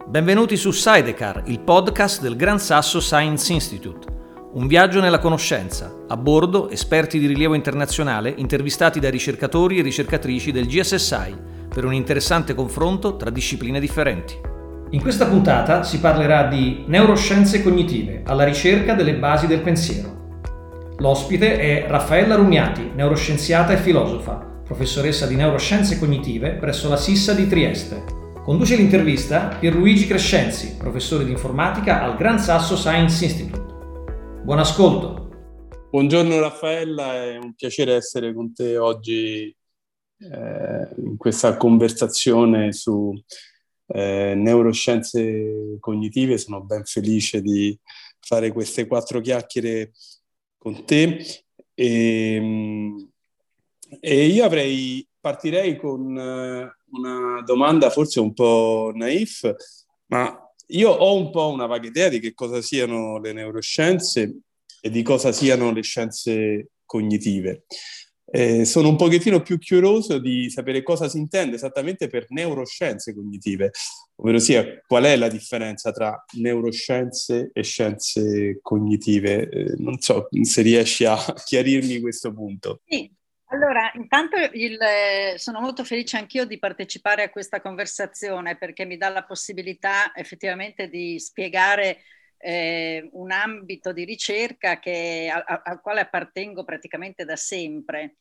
Benvenuti su Sidecar, il podcast del Gran Sasso Science Institute. Un viaggio nella conoscenza, a bordo esperti di rilievo internazionale intervistati da ricercatori e ricercatrici del GSSI per un interessante confronto tra discipline differenti. In questa puntata si parlerà di neuroscienze cognitive, alla ricerca delle basi del pensiero. L'ospite è Raffaella Rumiati, neuroscienziata e filosofa, professoressa di neuroscienze cognitive presso la SISSA di Trieste. Conduce l'intervista Pierluigi Crescenzi, professore di informatica al Gran Sasso Science Institute. Buon ascolto. Buongiorno Raffaella, è un piacere essere con te oggi in questa conversazione su neuroscienze cognitive. Sono ben felice di fare queste 4 chiacchiere con te e io partirei con una domanda forse un po' naif, ma io ho un po' una vaga idea di che cosa siano le neuroscienze e di cosa siano le scienze cognitive. Sono un pochettino più curioso di sapere cosa si intende esattamente per neuroscienze cognitive, ovvero sia qual è la differenza tra neuroscienze e scienze cognitive. Non so se riesci a chiarirmi questo punto. Sì. Allora, intanto sono molto felice anch'io di partecipare a questa conversazione perché mi dà la possibilità effettivamente di spiegare un ambito di ricerca al quale appartengo praticamente da sempre.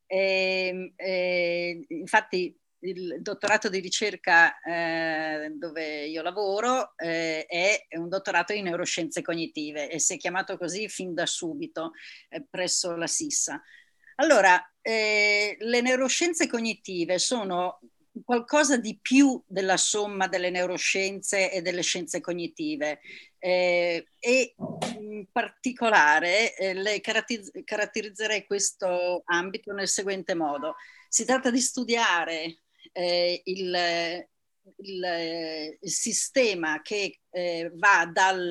Infatti il dottorato di ricerca dove io lavoro è un dottorato in neuroscienze cognitive e si è chiamato così fin da subito presso la SISSA. Allora, le neuroscienze cognitive sono qualcosa di più della somma delle neuroscienze e delle scienze cognitive e in particolare caratterizzerei questo ambito nel seguente modo. Si tratta di studiare il sistema che va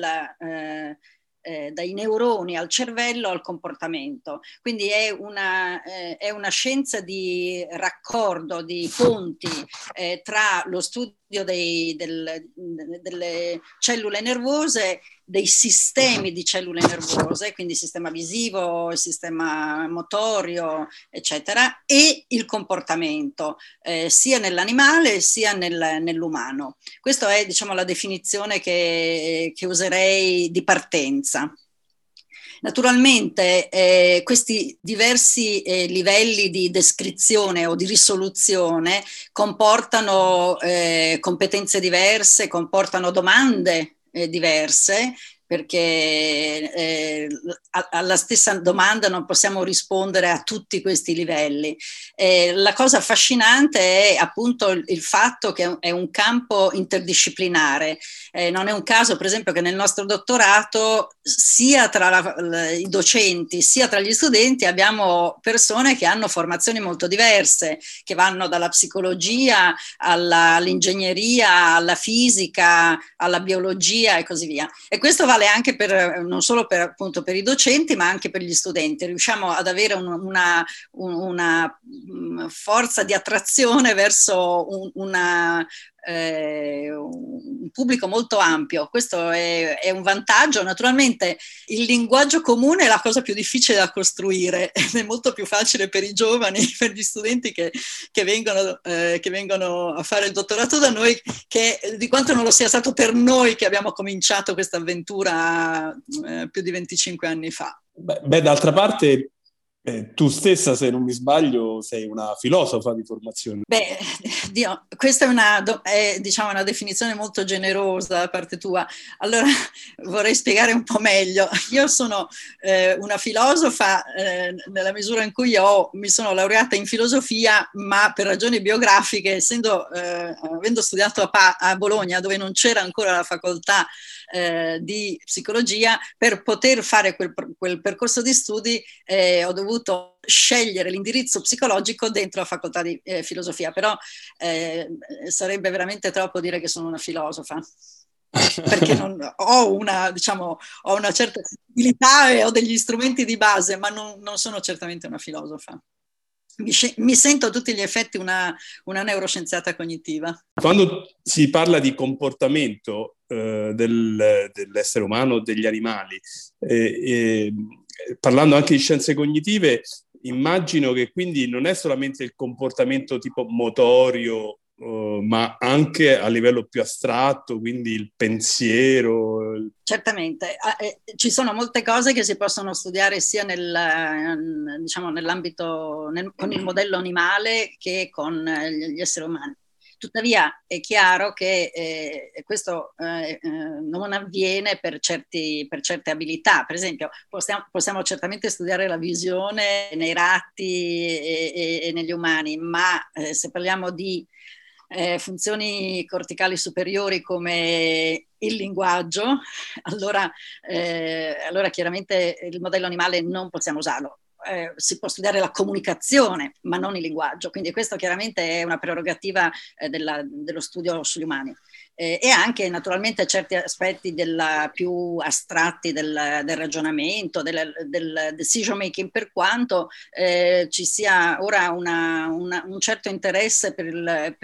dai neuroni al cervello al comportamento. Quindi è una scienza di raccordo, di ponti tra lo studio delle cellule nervose, dei sistemi di cellule nervose, quindi sistema visivo, sistema motorio, eccetera, e il comportamento, sia nell'animale sia nell'umano. Questa è, diciamo, la definizione che userei di partenza. Naturalmente questi diversi livelli di descrizione o di risoluzione comportano competenze diverse, comportano domande diverse, perché alla stessa domanda non possiamo rispondere a tutti questi livelli. La cosa affascinante è appunto il fatto che è un campo interdisciplinare. Non è un caso, per esempio, che nel nostro dottorato, sia tra i docenti sia tra gli studenti, abbiamo persone che hanno formazioni molto diverse, che vanno dalla psicologia all'ingegneria, alla fisica, alla biologia e così via. E questo vale anche non solo appunto per i docenti, ma anche per gli studenti. Riusciamo ad avere una forza di attrazione verso un pubblico molto ampio. Questo è un vantaggio. Naturalmente il linguaggio comune è la cosa più difficile da costruire ed è molto più facile per i giovani, per gli studenti che vengono a fare il dottorato da noi, che di quanto non lo sia stato per noi che abbiamo cominciato questa avventura più di 25 anni fa. Beh, d'altra parte tu stessa, se non mi sbaglio, sei una filosofa di formazione. Beh, questa è diciamo una definizione molto generosa da parte tua. Allora vorrei spiegare un po' meglio. Io sono una filosofa nella misura in cui mi sono laureata in filosofia, ma per ragioni biografiche, avendo studiato a Bologna, dove non c'era ancora la facoltà di psicologia, per poter fare quel percorso di studi ho dovuto scegliere l'indirizzo psicologico dentro la facoltà di filosofia, però sarebbe veramente troppo dire che sono una filosofa, perché ho una certa sensibilità e ho degli strumenti di base, ma non sono certamente una filosofa. mi sento a tutti gli effetti una neuroscienziata cognitiva. Quando si parla di comportamento dell'essere umano o degli animali, parlando anche di scienze cognitive, immagino che quindi non è solamente il comportamento tipo motorio, ma anche a livello più astratto, quindi il pensiero. Certamente, ci sono molte cose che si possono studiare sia diciamo, nell'ambito, con il modello animale che con gli esseri umani. Tuttavia è chiaro che questo non avviene per certe abilità. Per esempio, possiamo certamente studiare la visione nei ratti e negli umani, ma se parliamo di funzioni corticali superiori come il linguaggio, allora chiaramente il modello animale non possiamo usarlo. Si può studiare la comunicazione, ma non il linguaggio, quindi questo chiaramente è una prerogativa dello studio sugli umani. E anche naturalmente certi aspetti più astratti del ragionamento, del decision making, per quanto ci sia ora un certo interesse per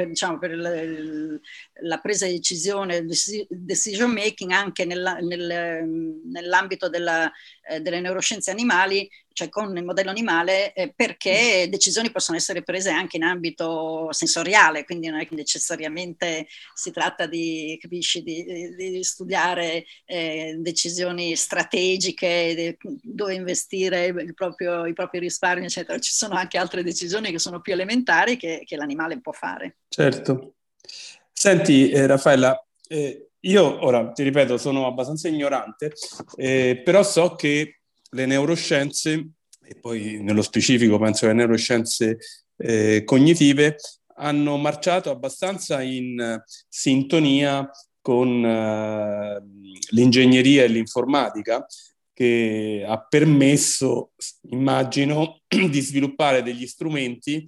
la presa di decisione, decision making anche nell'ambito delle neuroscienze animali, cioè con il modello animale, perché decisioni possono essere prese anche in ambito sensoriale, quindi non è che necessariamente si tratta di studiare decisioni strategiche, dove investire i propri risparmi, eccetera. Ci sono anche altre decisioni che sono più elementari che l'animale può fare. Certo. Senti, Raffaella, io ora ti ripeto, sono abbastanza ignorante, però so che le neuroscienze, e poi nello specifico penso alle neuroscienze cognitive, hanno marciato abbastanza in sintonia con l'ingegneria e l'informatica, che ha permesso, immagino, di sviluppare degli strumenti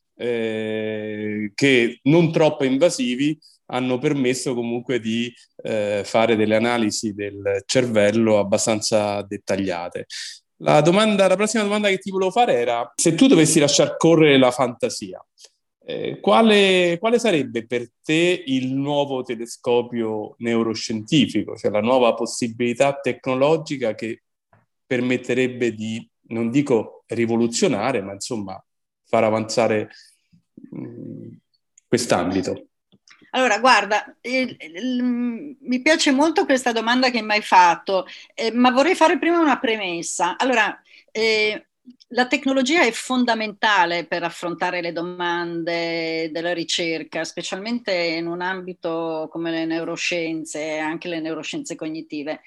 che non troppo invasivi hanno permesso comunque di fare delle analisi del cervello abbastanza dettagliate. La prossima domanda che ti volevo fare era: se tu dovessi lasciar correre la fantasia, quale sarebbe per te il nuovo telescopio neuroscientifico, cioè la nuova possibilità tecnologica che permetterebbe di, non dico rivoluzionare, ma insomma far avanzare quest'ambito? Allora, guarda, mi piace molto questa domanda che mi hai fatto, ma vorrei fare prima una premessa. Allora, la tecnologia è fondamentale per affrontare le domande della ricerca, specialmente in un ambito come le neuroscienze e anche le neuroscienze cognitive.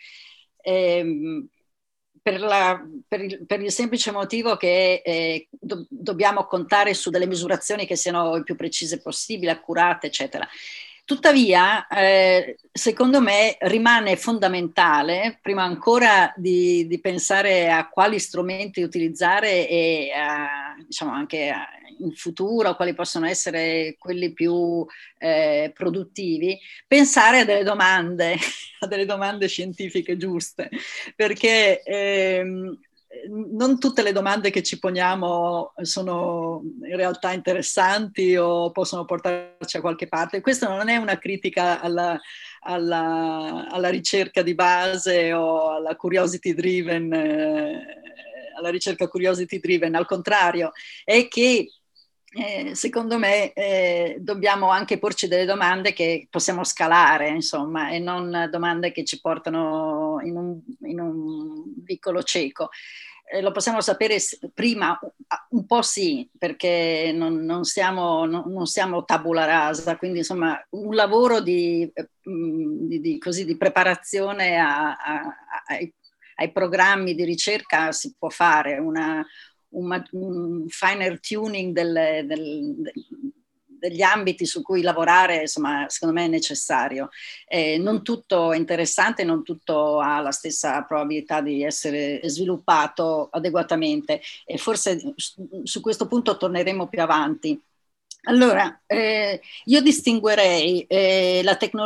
Per il semplice motivo che dobbiamo contare su delle misurazioni che siano il più precise possibile, accurate, eccetera. Tuttavia, secondo me rimane fondamentale, prima ancora di pensare a quali strumenti utilizzare e diciamo anche in futuro, quali possono essere quelli più produttivi, pensare a delle domande scientifiche giuste, perché non tutte le domande che ci poniamo sono in realtà interessanti o possono portarci a qualche parte. Questo non è una critica alla ricerca di base o alla curiosity driven, alla ricerca curiosity driven. Al contrario, è che secondo me dobbiamo anche porci delle domande che possiamo scalare, insomma, e non domande che ci portano in un vicolo cieco. Lo possiamo sapere prima, un po' sì, perché non siamo tabula rasa, quindi insomma un lavoro di preparazione ai programmi di ricerca si può fare, un finer tuning degli ambiti su cui lavorare, insomma, secondo me è necessario. Non tutto è interessante, non tutto ha la stessa probabilità di essere sviluppato adeguatamente, e forse su questo punto torneremo più avanti. Allora, io distinguerei la tecnologia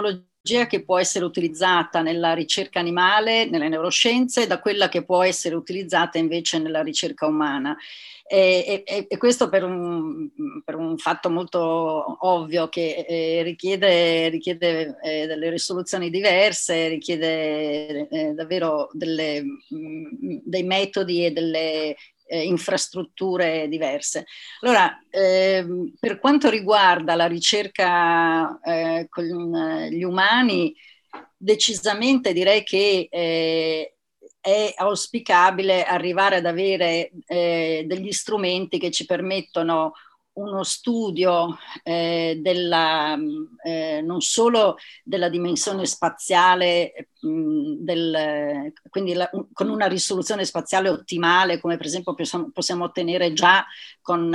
che può essere utilizzata nella ricerca animale, nelle neuroscienze, da quella che può essere utilizzata invece nella ricerca umana. E questo per un fatto molto ovvio che richiede delle risoluzioni diverse, richiede davvero dei metodi e delle infrastrutture diverse. Allora, per quanto riguarda la ricerca con gli umani, decisamente direi che è auspicabile arrivare ad avere degli strumenti che ci permettono uno studio non solo della dimensione spaziale, quindi con una risoluzione spaziale ottimale, come per esempio possiamo ottenere già con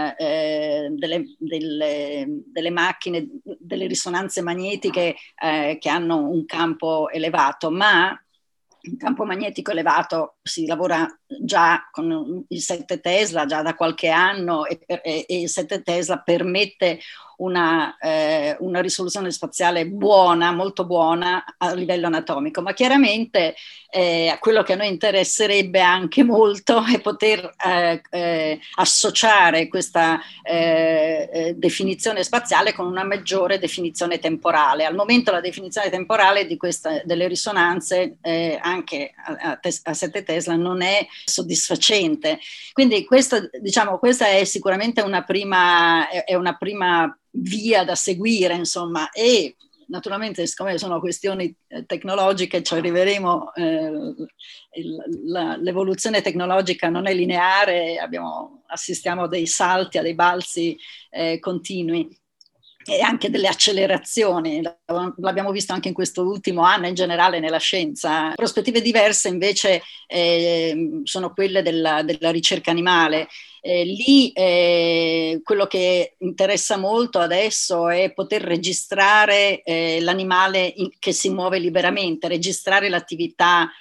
delle macchine, delle risonanze magnetiche che hanno un campo elevato, ma un campo magnetico elevato si lavora già con il 7 Tesla, già da qualche anno, e il 7 Tesla permette una risoluzione spaziale buona, molto buona a livello anatomico, ma chiaramente quello che a noi interesserebbe anche molto è poter associare questa definizione spaziale con una maggiore definizione temporale. Al momento la definizione temporale delle risonanze anche a 7 Tesla non è soddisfacente. Quindi questa è sicuramente una prima via da seguire, insomma, e naturalmente, siccome sono questioni tecnologiche, ci arriveremo, l'evoluzione tecnologica non è lineare, assistiamo a dei salti, a dei balzi continui e anche delle accelerazioni. L'abbiamo visto anche in questo ultimo anno, in generale nella scienza. Prospettive diverse invece sono quelle della ricerca animale. Lì quello che interessa molto adesso è poter registrare l'animale che si muove liberamente, registrare l'attività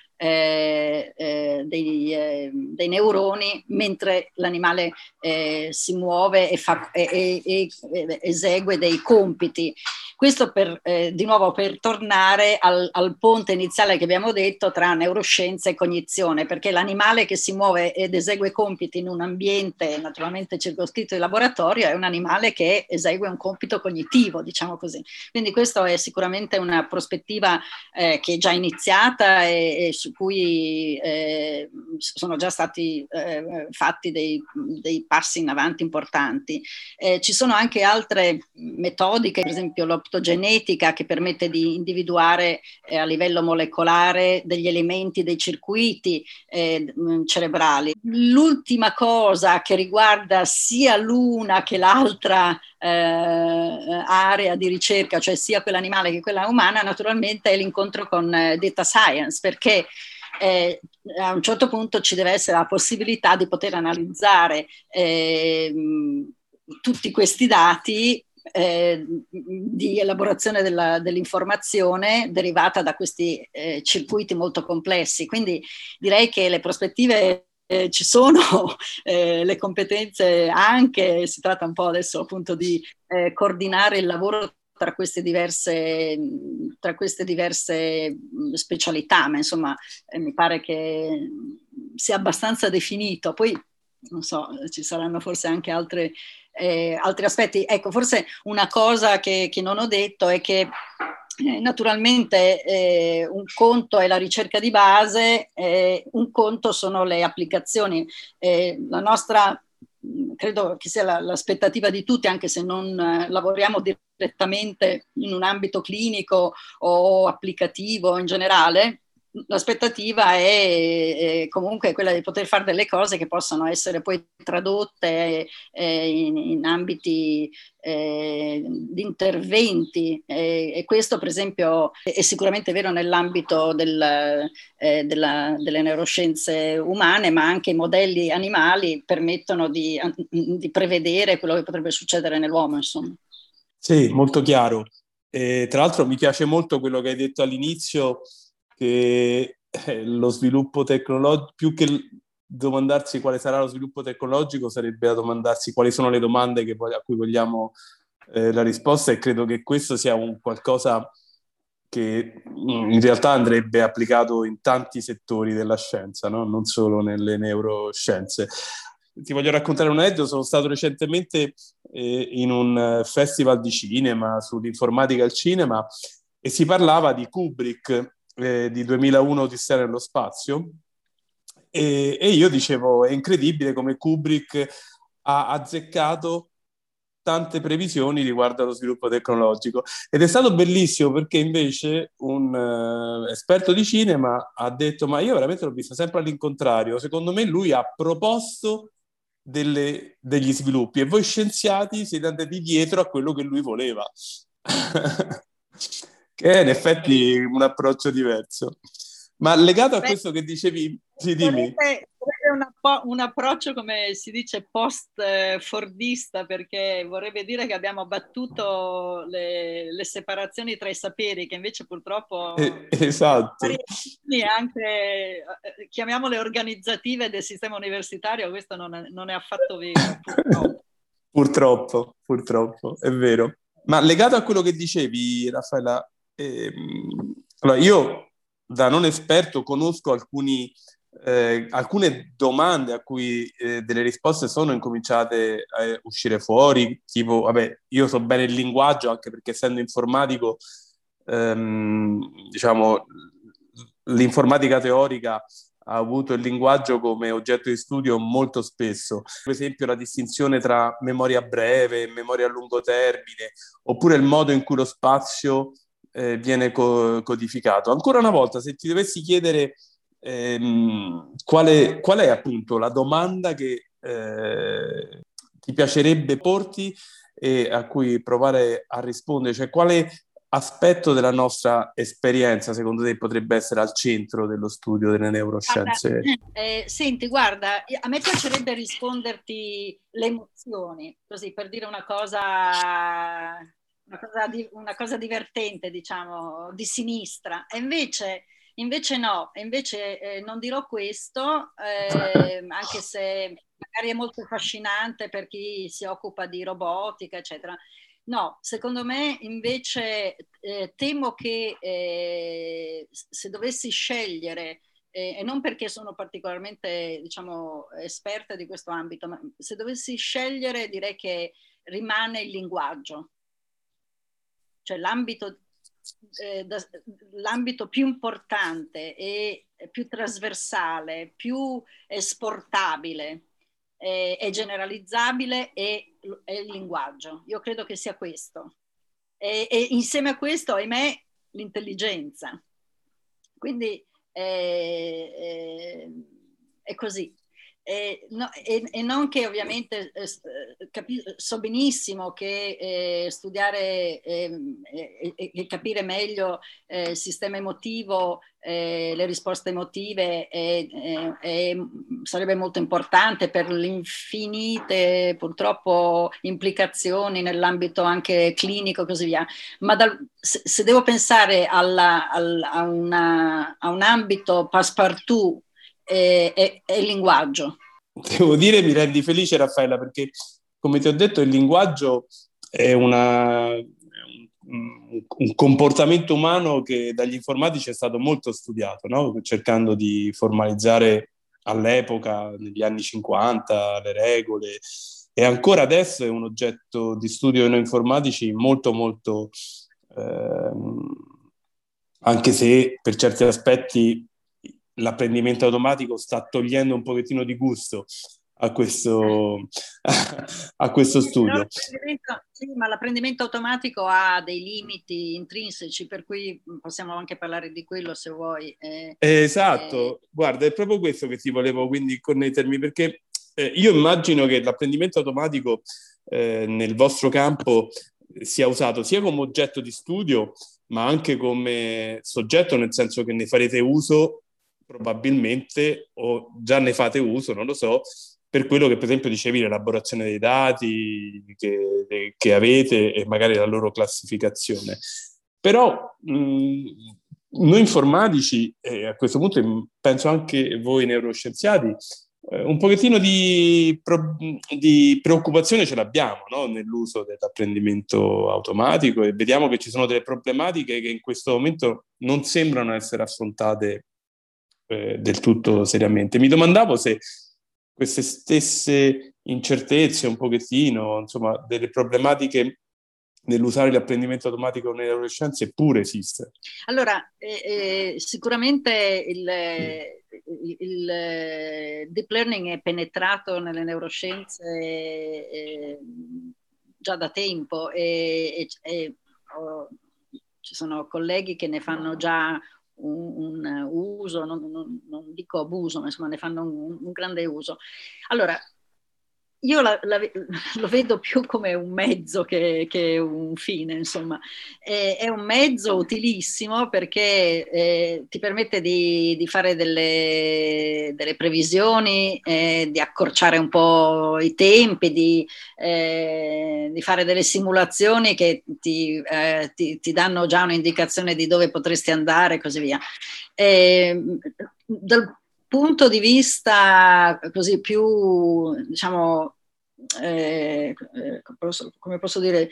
dei neuroni mentre l'animale si muove e esegue dei compiti. Questo di nuovo per tornare al ponte iniziale che abbiamo detto tra neuroscienza e cognizione, perché l'animale che si muove ed esegue compiti in un ambiente naturalmente circoscritto di laboratorio è un animale che esegue un compito cognitivo, diciamo così. Quindi questa è sicuramente una prospettiva che è già iniziata e su cui sono già stati fatti dei passi in avanti importanti. Ci sono anche altre metodiche, per esempio l'optogenetica, che permette di individuare a livello molecolare degli elementi, dei circuiti cerebrali. L'ultima cosa che riguarda sia l'una che l'altra area di ricerca, cioè sia quella animale che quella umana, naturalmente è l'incontro con data science, perché a un certo punto ci deve essere la possibilità di poter analizzare tutti questi dati di elaborazione dell'informazione derivata da questi circuiti molto complessi. Quindi direi che le prospettive ci sono, le competenze anche, si tratta un po' adesso appunto di coordinare il lavoro tra queste diverse specialità, ma insomma mi pare che sia abbastanza definito. Poi non so, ci saranno forse anche altri aspetti. Ecco, forse una cosa che non ho detto è che naturalmente un conto è la ricerca di base, un conto sono le applicazioni. La nostra, credo che sia l'aspettativa di tutti, anche se non lavoriamo direttamente in un ambito clinico o applicativo in generale, l'aspettativa è comunque quella di poter fare delle cose che possano essere poi tradotte in ambiti di interventi, e questo per esempio è sicuramente vero nell'ambito delle neuroscienze umane, ma anche i modelli animali permettono di prevedere quello che potrebbe succedere nell'uomo, insomma. Sì, molto chiaro. Tra l'altro mi piace molto quello che hai detto all'inizio, che lo sviluppo tecnologico, più che domandarsi quale sarà lo sviluppo tecnologico, sarebbe da domandarsi quali sono le domande a cui vogliamo la risposta, e credo che questo sia un qualcosa che in realtà andrebbe applicato in tanti settori della scienza, no? Non solo nelle neuroscienze. Ti voglio raccontare un aneddoto. Sono stato recentemente in un festival di cinema sull'informatica al cinema e si parlava di Kubrick, di 2001 Odissea nello spazio, e io dicevo è incredibile come Kubrick ha azzeccato tante previsioni riguardo allo sviluppo tecnologico, ed è stato bellissimo perché invece un esperto di cinema ha detto ma io veramente l'ho vista sempre all'incontrario, secondo me lui ha proposto degli sviluppi e voi scienziati siete andati dietro a quello che lui voleva. Che è in effetti un approccio diverso. Ma legato a questo che dicevi, sì, dimmi. Vorrebbe un approccio, come si dice, post-fordista, perché vorrebbe dire che abbiamo battuto le separazioni tra i saperi, che invece purtroppo esatto. Anche, chiamiamole organizzative del sistema universitario, questo non è affatto vero, purtroppo. Purtroppo, è vero. Ma legato a quello che dicevi, Raffaella, allora io da non esperto conosco alcune domande a cui delle risposte sono incominciate a uscire fuori, tipo, vabbè, io so bene il linguaggio, anche perché essendo informatico, diciamo, l'informatica teorica ha avuto il linguaggio come oggetto di studio molto spesso. Per esempio la distinzione tra memoria breve e memoria a lungo termine, oppure il modo in cui lo spazio viene codificato. Ancora una volta, se ti dovessi chiedere qual è appunto la domanda che ti piacerebbe porti e a cui provare a rispondere, cioè quale aspetto della nostra esperienza secondo te potrebbe essere al centro dello studio delle neuroscienze? Senti, guarda, a me piacerebbe risponderti le emozioni, così per dire una cosa divertente, diciamo, di sinistra. E invece no, non dirò questo, anche se magari è molto affascinante per chi si occupa di robotica, eccetera. No, secondo me invece temo che se dovessi scegliere, e non perché sono particolarmente, diciamo, esperta di questo ambito, ma se dovessi scegliere direi che rimane il linguaggio, cioè l'ambito più importante e più trasversale, più esportabile e generalizzabile è il linguaggio. Io credo che sia questo. E insieme a questo, ahimè, l'intelligenza. Quindi è così. E non che ovviamente so benissimo che studiare e capire meglio il sistema emotivo, le risposte emotive sarebbe molto importante per le infinite purtroppo implicazioni nell'ambito anche clinico e così via, ma se devo pensare a un ambito passepartout è il linguaggio. Devo dire, mi rendi felice, Raffaella, perché come ti ho detto il linguaggio è un comportamento umano che dagli informatici è stato molto studiato, no? Cercando di formalizzare all'epoca, negli anni 50, le regole, e ancora adesso è un oggetto di studio dei noi informatici molto molto anche se per certi aspetti l'apprendimento automatico sta togliendo un pochettino di gusto a questo studio. Sì, ma l'apprendimento automatico ha dei limiti intrinseci, per cui possiamo anche parlare di quello se vuoi. Esatto, guarda, è proprio questo che ti volevo quindi connettermi, perché io immagino che l'apprendimento automatico nel vostro campo sia usato sia come oggetto di studio, ma anche come soggetto, nel senso che ne farete uso probabilmente, o già ne fate uso, non lo so, per quello che per esempio dicevi, l'elaborazione dei dati che avete e magari la loro classificazione. Però noi informatici, a questo punto penso anche voi neuroscienziati, un pochettino di preoccupazione ce l'abbiamo, no? Nell'uso dell'apprendimento automatico, e vediamo che ci sono delle problematiche che in questo momento non sembrano essere affrontate del tutto seriamente. Mi domandavo se queste stesse incertezze, un pochettino, insomma, delle problematiche nell'usare l'apprendimento automatico nelle neuroscienze eppure esiste. Allora, sicuramente il deep learning è penetrato nelle neuroscienze già da tempo ci sono colleghi che ne fanno già un uso, non dico abuso, ma insomma ne fanno un grande uso. Allora, io lo vedo più come un mezzo che un fine, insomma. È un mezzo utilissimo perché ti permette di fare delle previsioni, di accorciare un po' i tempi, di fare delle simulazioni che ti danno già un'indicazione di dove potresti andare e così via. Dal punto di vista così più, diciamo, come posso dire,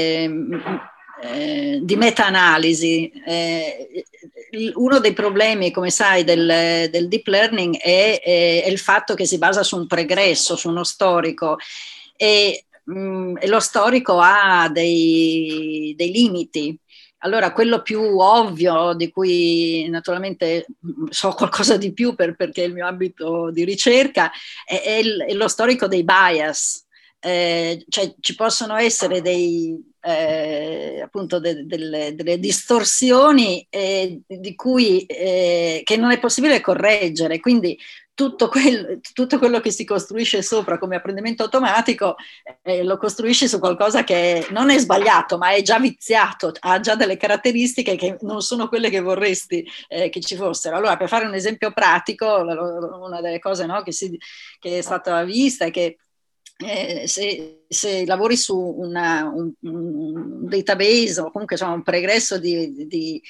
di meta-analisi. Uno dei problemi, come sai, del deep learning è il fatto che si basa su un pregresso, su uno storico, e lo storico ha dei limiti. Allora, quello più ovvio, di cui naturalmente so qualcosa di più perché è il mio ambito di ricerca, è lo storico dei bias. Cioè ci possono essere appunto delle distorsioni di cui che non è possibile correggere, quindi tutto quello che si costruisce sopra come apprendimento automatico lo costruisci su qualcosa che non è sbagliato, ma è già viziato, ha già delle caratteristiche che non sono quelle che vorresti che ci fossero. Allora, per fare un esempio pratico, una delle cose, no, che è stata vista è che se lavori su un database o comunque insomma, un pregresso di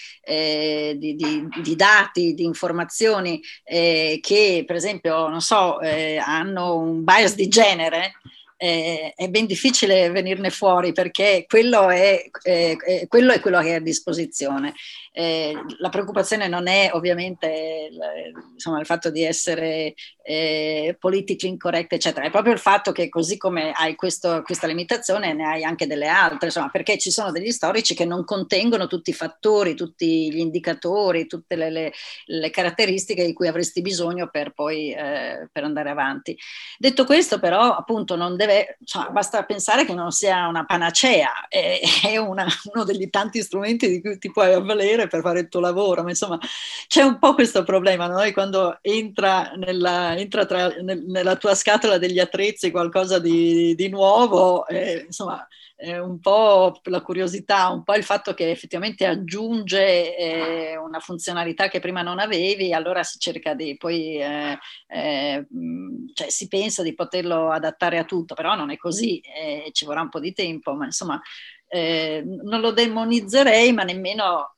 dati, di informazioni che per esempio, non so, hanno un bias di genere, è ben difficile venirne fuori perché quello è quello che è a disposizione. La preoccupazione non è ovviamente insomma, il fatto di essere politically incorrect, eccetera, è proprio il fatto che così come hai questa limitazione ne hai anche delle altre, insomma, perché ci sono degli storici che non contengono tutti i fattori, tutti gli indicatori, tutte le caratteristiche di cui avresti bisogno per poi per andare avanti. Detto questo, però, appunto, non deve, insomma, basta pensare che non sia una panacea, è uno degli tanti strumenti di cui ti puoi avvalere per fare il tuo lavoro, ma insomma c'è un po' questo problema, no? Quando entra nella tua scatola degli attrezzi qualcosa di nuovo, insomma un po' la curiosità, un po' il fatto che effettivamente aggiunge una funzionalità che prima non avevi, allora si cerca di poi cioè si pensa di poterlo adattare a tutto, però non è così, ci vorrà un po' di tempo, ma insomma non lo demonizzerei, ma nemmeno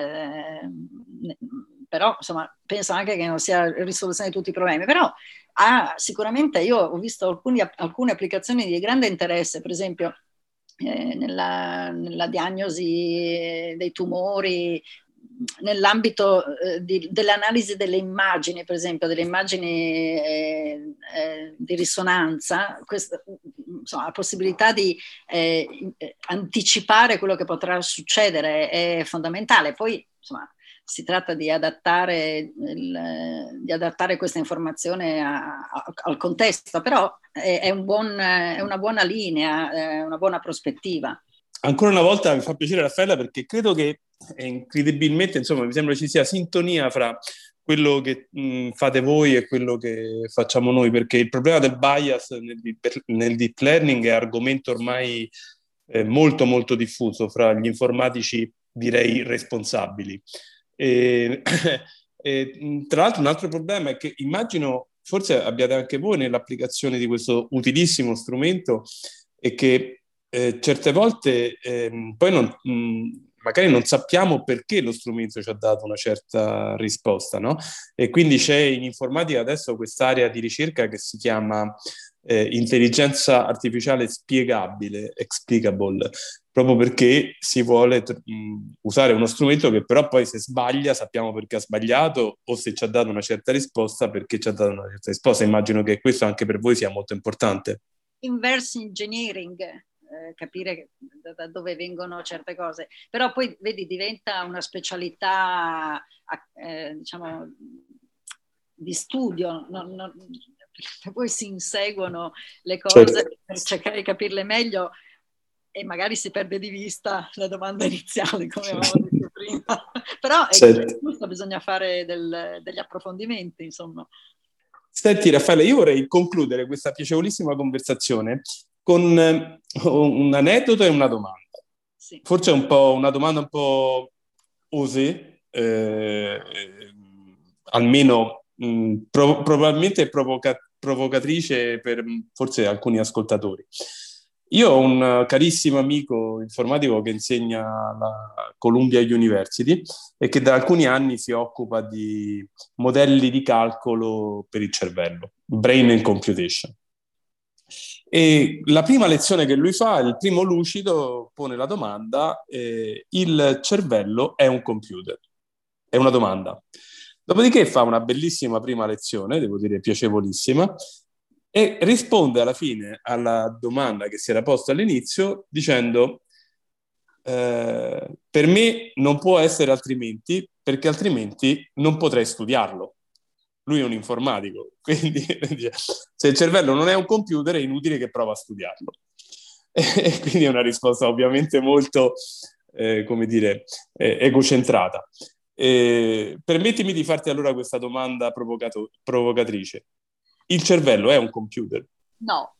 però insomma penso anche che non sia la risoluzione di tutti i problemi, però sicuramente io ho visto alcune applicazioni di grande interesse, per esempio nella diagnosi dei tumori, nell'ambito dell'analisi delle immagini, per esempio delle immagini di risonanza, insomma, la possibilità di anticipare quello che potrà succedere è fondamentale. Poi insomma si tratta di adattare questa informazione al contesto, però è una buona linea, una buona prospettiva. Ancora una volta mi fa piacere, Raffaella, perché credo che incredibilmente, insomma, mi sembra ci sia sintonia fra quello che fate voi e quello che facciamo noi, perché il problema del bias nel deep learning è argomento ormai molto molto diffuso fra gli informatici, direi, responsabili. Tra l'altro un altro problema è che immagino, forse abbiate anche voi nell'applicazione di questo utilissimo strumento, e che certe volte poi magari non sappiamo perché lo strumento ci ha dato una certa risposta, no? E quindi c'è in informatica adesso quest'area di ricerca che si chiama intelligenza artificiale spiegabile, explicable, proprio perché si vuole usare uno strumento che però poi se sbaglia sappiamo perché ha sbagliato, o se ci ha dato una certa risposta perché ci ha dato una certa risposta. Immagino che questo anche per voi sia molto importante. Inverse engineering, capire da dove vengono certe cose, però poi vedi diventa una specialità diciamo di studio, poi si inseguono le cose, Certo. per cercare di capirle meglio, e magari si perde di vista la domanda iniziale, come avevamo detto prima. Però è Certo. giusto, bisogna fare degli approfondimenti, insomma. Senti Raffaele, io vorrei concludere questa piacevolissima conversazione con un aneddoto e una domanda. Sì. Forse è una domanda un po' osé, almeno probabilmente provocatrice per forse alcuni ascoltatori. Io ho un carissimo amico informatico che insegna alla Columbia University e che da alcuni anni si occupa di modelli di calcolo per il cervello, brain and computation. E la prima lezione che lui fa, il primo lucido, pone la domanda: il cervello è un computer? È una domanda. Dopodiché fa una bellissima prima lezione, devo dire piacevolissima, e risponde alla fine alla domanda che si era posta all'inizio dicendo: per me non può essere altrimenti, perché altrimenti non potrei studiarlo. Lui è un informatico, quindi se il cervello non è un computer è inutile che prova a studiarlo. E quindi è una risposta ovviamente molto, come dire, egocentrata. Permettimi di farti allora questa domanda provocatrice. Il cervello è un computer? No.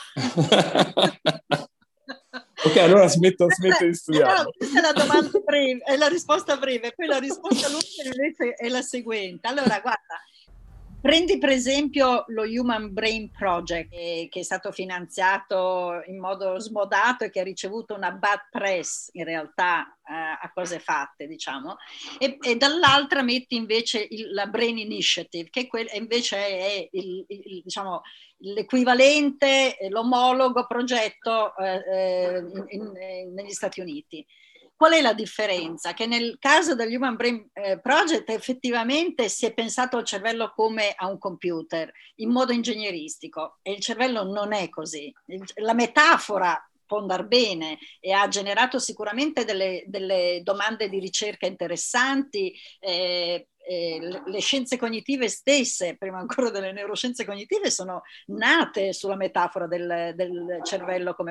Ok, allora smetto di studiarlo. Questa è la domanda breve, è la risposta breve, poi la risposta lunga invece è la seguente. Allora, guarda, prendi per esempio lo Human Brain Project, che è stato finanziato in modo smodato e che ha ricevuto una bad press in realtà a cose fatte, diciamo, e dall'altra metti invece la Brain Initiative, che invece è diciamo, l'equivalente, l'omologo progetto negli Stati Uniti. Qual è la differenza? Che nel caso del Human Brain Project effettivamente si è pensato al cervello come a un computer in modo ingegneristico, e il cervello non è così. La metafora può andare bene e ha generato sicuramente delle domande di ricerca interessanti. Le scienze cognitive stesse, prima ancora delle neuroscienze cognitive, sono nate sulla metafora del cervello come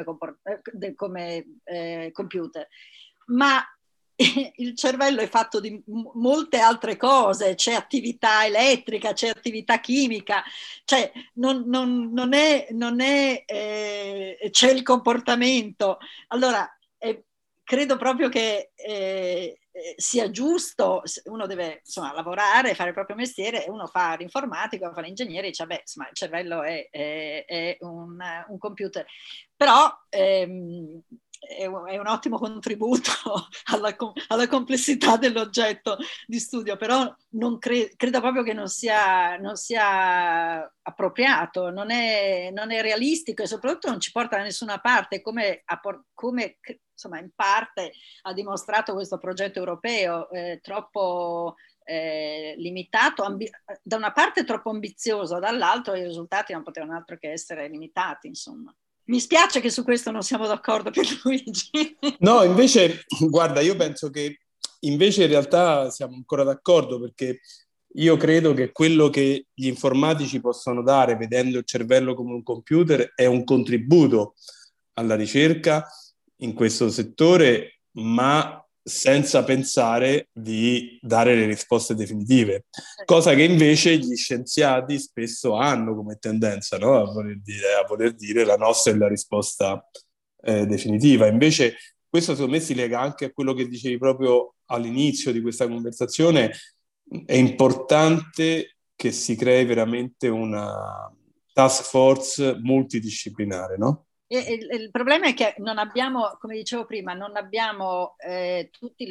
computer. Ma il cervello è fatto di molte altre cose, c'è attività elettrica, c'è attività chimica, cioè non è c'è il comportamento. Allora, credo proprio che sia giusto, uno deve insomma lavorare, fare il proprio mestiere, e uno fa l'informatico, fa l'ingegnere e dice, beh, insomma, il cervello è un computer. Però è un ottimo contributo alla complessità dell'oggetto di studio, però credo proprio che non sia appropriato, non è realistico e soprattutto non ci porta da nessuna parte, come insomma in parte ha dimostrato questo progetto europeo, troppo limitato, da una parte troppo ambizioso, dall'altro i risultati non potevano altro che essere limitati, insomma. Mi spiace che su questo non siamo d'accordo, Pierluigi. No, invece, guarda, io penso che invece in realtà siamo ancora d'accordo, perché io credo che quello che gli informatici possono dare, vedendo il cervello come un computer, è un contributo alla ricerca in questo settore, ma senza pensare di dare le risposte definitive, cosa che invece gli scienziati spesso hanno come tendenza, no? A voler dire la nostra è la risposta definitiva. Invece questo secondo me si lega anche a quello che dicevi proprio all'inizio di questa conversazione. È importante che si crei veramente una task force multidisciplinare, no? Il problema è che non abbiamo, come dicevo prima, non abbiamo tutte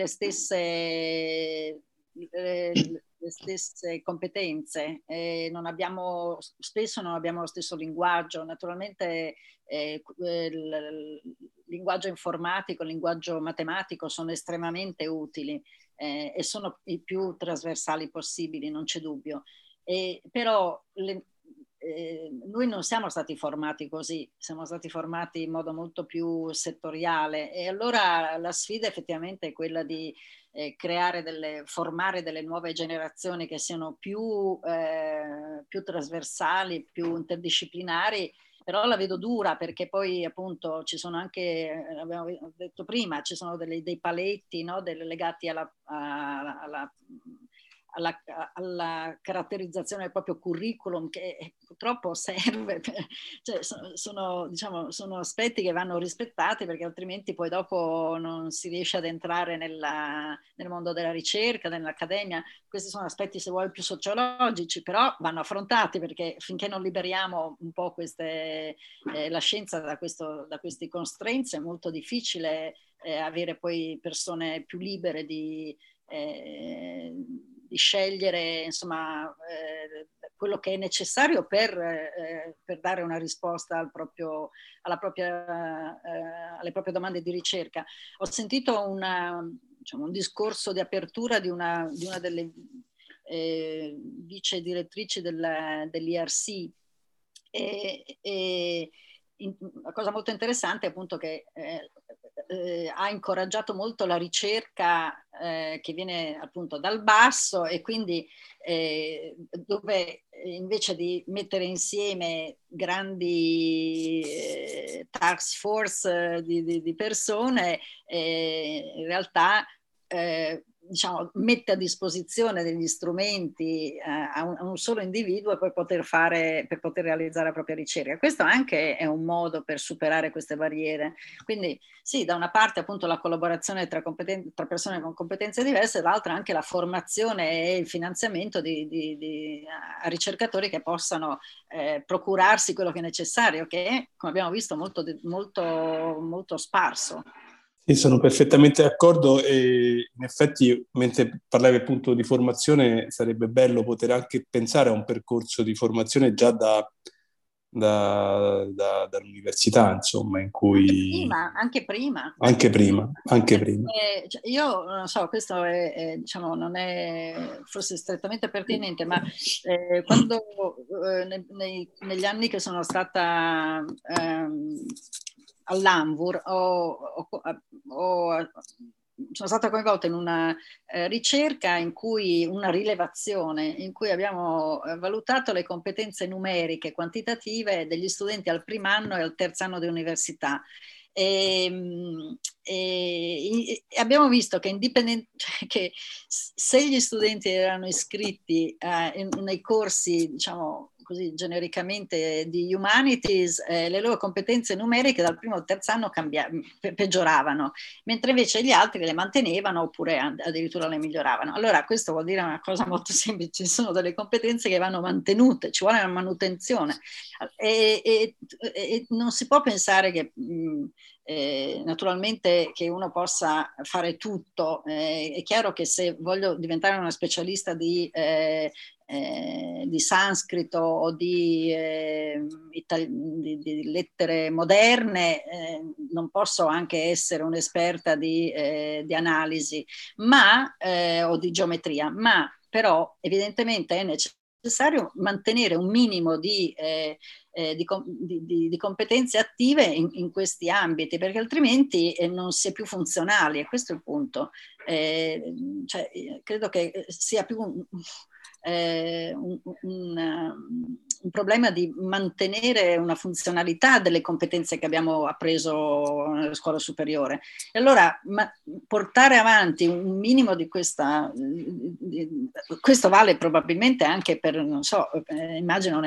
le stesse competenze, spesso non abbiamo lo stesso linguaggio. Naturalmente il linguaggio informatico, il linguaggio matematico sono estremamente utili e sono i più trasversali possibili, non c'è dubbio. Però noi non siamo stati formati così, siamo stati formati in modo molto più settoriale, e allora la sfida effettivamente è quella di formare delle nuove generazioni che siano più trasversali, più interdisciplinari. Però la vedo dura, perché poi appunto ci sono anche, abbiamo detto prima, ci sono dei paletti, no? legati alla caratterizzazione del proprio curriculum, che purtroppo serve, cioè diciamo, sono aspetti che vanno rispettati, perché altrimenti poi dopo non si riesce ad entrare nel mondo della ricerca, nell'accademia. Questi sono aspetti, se vuoi, più sociologici, però vanno affrontati, perché finché non liberiamo un po' la scienza da questi constraints, è molto difficile avere poi persone più libere di scegliere, insomma, quello che è necessario per dare una risposta alle proprie domande di ricerca. Ho sentito un discorso di apertura di una delle vice direttrici dell'IRC, la cosa molto interessante è appunto che ha incoraggiato molto la ricerca che viene appunto dal basso, e quindi dove invece di mettere insieme grandi task force di persone, in realtà diciamo, mette a disposizione degli strumenti a un solo individuo per poter realizzare la propria ricerca. Questo anche è un modo per superare queste barriere. Quindi sì, da una parte appunto la collaborazione tra persone con competenze diverse, dall'altra anche la formazione e il finanziamento a ricercatori che possano procurarsi quello che è necessario, che è, come abbiamo visto, molto, molto, molto sparso. Sì, sono perfettamente d'accordo, e in effetti, mentre parlavi appunto di formazione, sarebbe bello poter anche pensare a un percorso di formazione già dall'università, insomma, in cui... Anche prima. Cioè, io non so, questo diciamo, non è forse strettamente pertinente, ma quando negli anni che sono stata all'Anvur sono stata coinvolta in una ricerca una rilevazione in cui abbiamo valutato le competenze numeriche quantitative degli studenti al primo anno e al terzo anno di università. E abbiamo visto che, che se gli studenti erano iscritti nei corsi, diciamo così genericamente, di humanities, le loro competenze numeriche dal primo al terzo anno peggioravano, mentre invece gli altri le mantenevano oppure addirittura le miglioravano. Allora questo vuol dire una cosa molto semplice: ci sono delle competenze che vanno mantenute, ci vuole una manutenzione, e non si può pensare che naturalmente che uno possa fare tutto. È chiaro che se voglio diventare una specialista di sanscrito o di lettere moderne, non posso anche essere un'esperta di analisi o di geometria, ma però evidentemente è necessario mantenere un minimo di competenze attive in questi ambiti, perché altrimenti non si è più funzionali, e questo è il punto. Cioè, credo che sia più un problema di mantenere una funzionalità delle competenze che abbiamo appreso nella scuola superiore. E allora portare avanti un minimo di questo vale probabilmente anche per, non so, immagino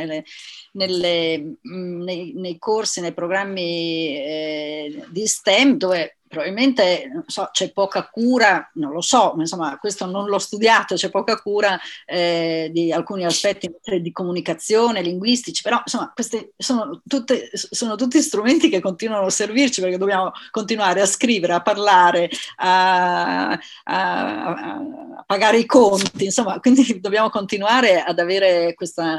nei corsi, nei programmi di STEM, dove probabilmente, non so, c'è poca cura, non lo so, ma insomma questo non l'ho studiato, c'è poca cura di alcuni aspetti di comunicazione, linguistici, però insomma questi sono tutti strumenti che continuano a servirci, perché dobbiamo continuare a scrivere, a parlare, a pagare i conti, insomma, quindi dobbiamo continuare ad avere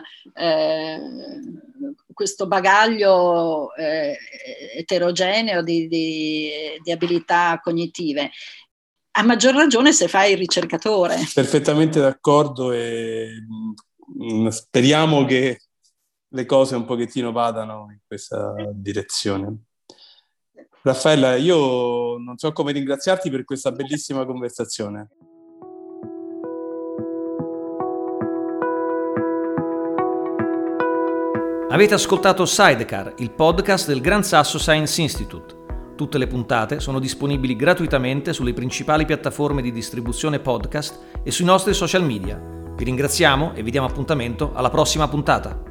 questo bagaglio eterogeneo di abilità cognitive. A maggior ragione se fai il ricercatore. Perfettamente d'accordo, e speriamo che le cose un pochettino vadano in questa direzione. Raffaella, io non so come ringraziarti per questa bellissima conversazione. Avete ascoltato Sidecar, il podcast del Gran Sasso Science Institute. Tutte le puntate sono disponibili gratuitamente sulle principali piattaforme di distribuzione podcast e sui nostri social media. Vi ringraziamo e vi diamo appuntamento alla prossima puntata.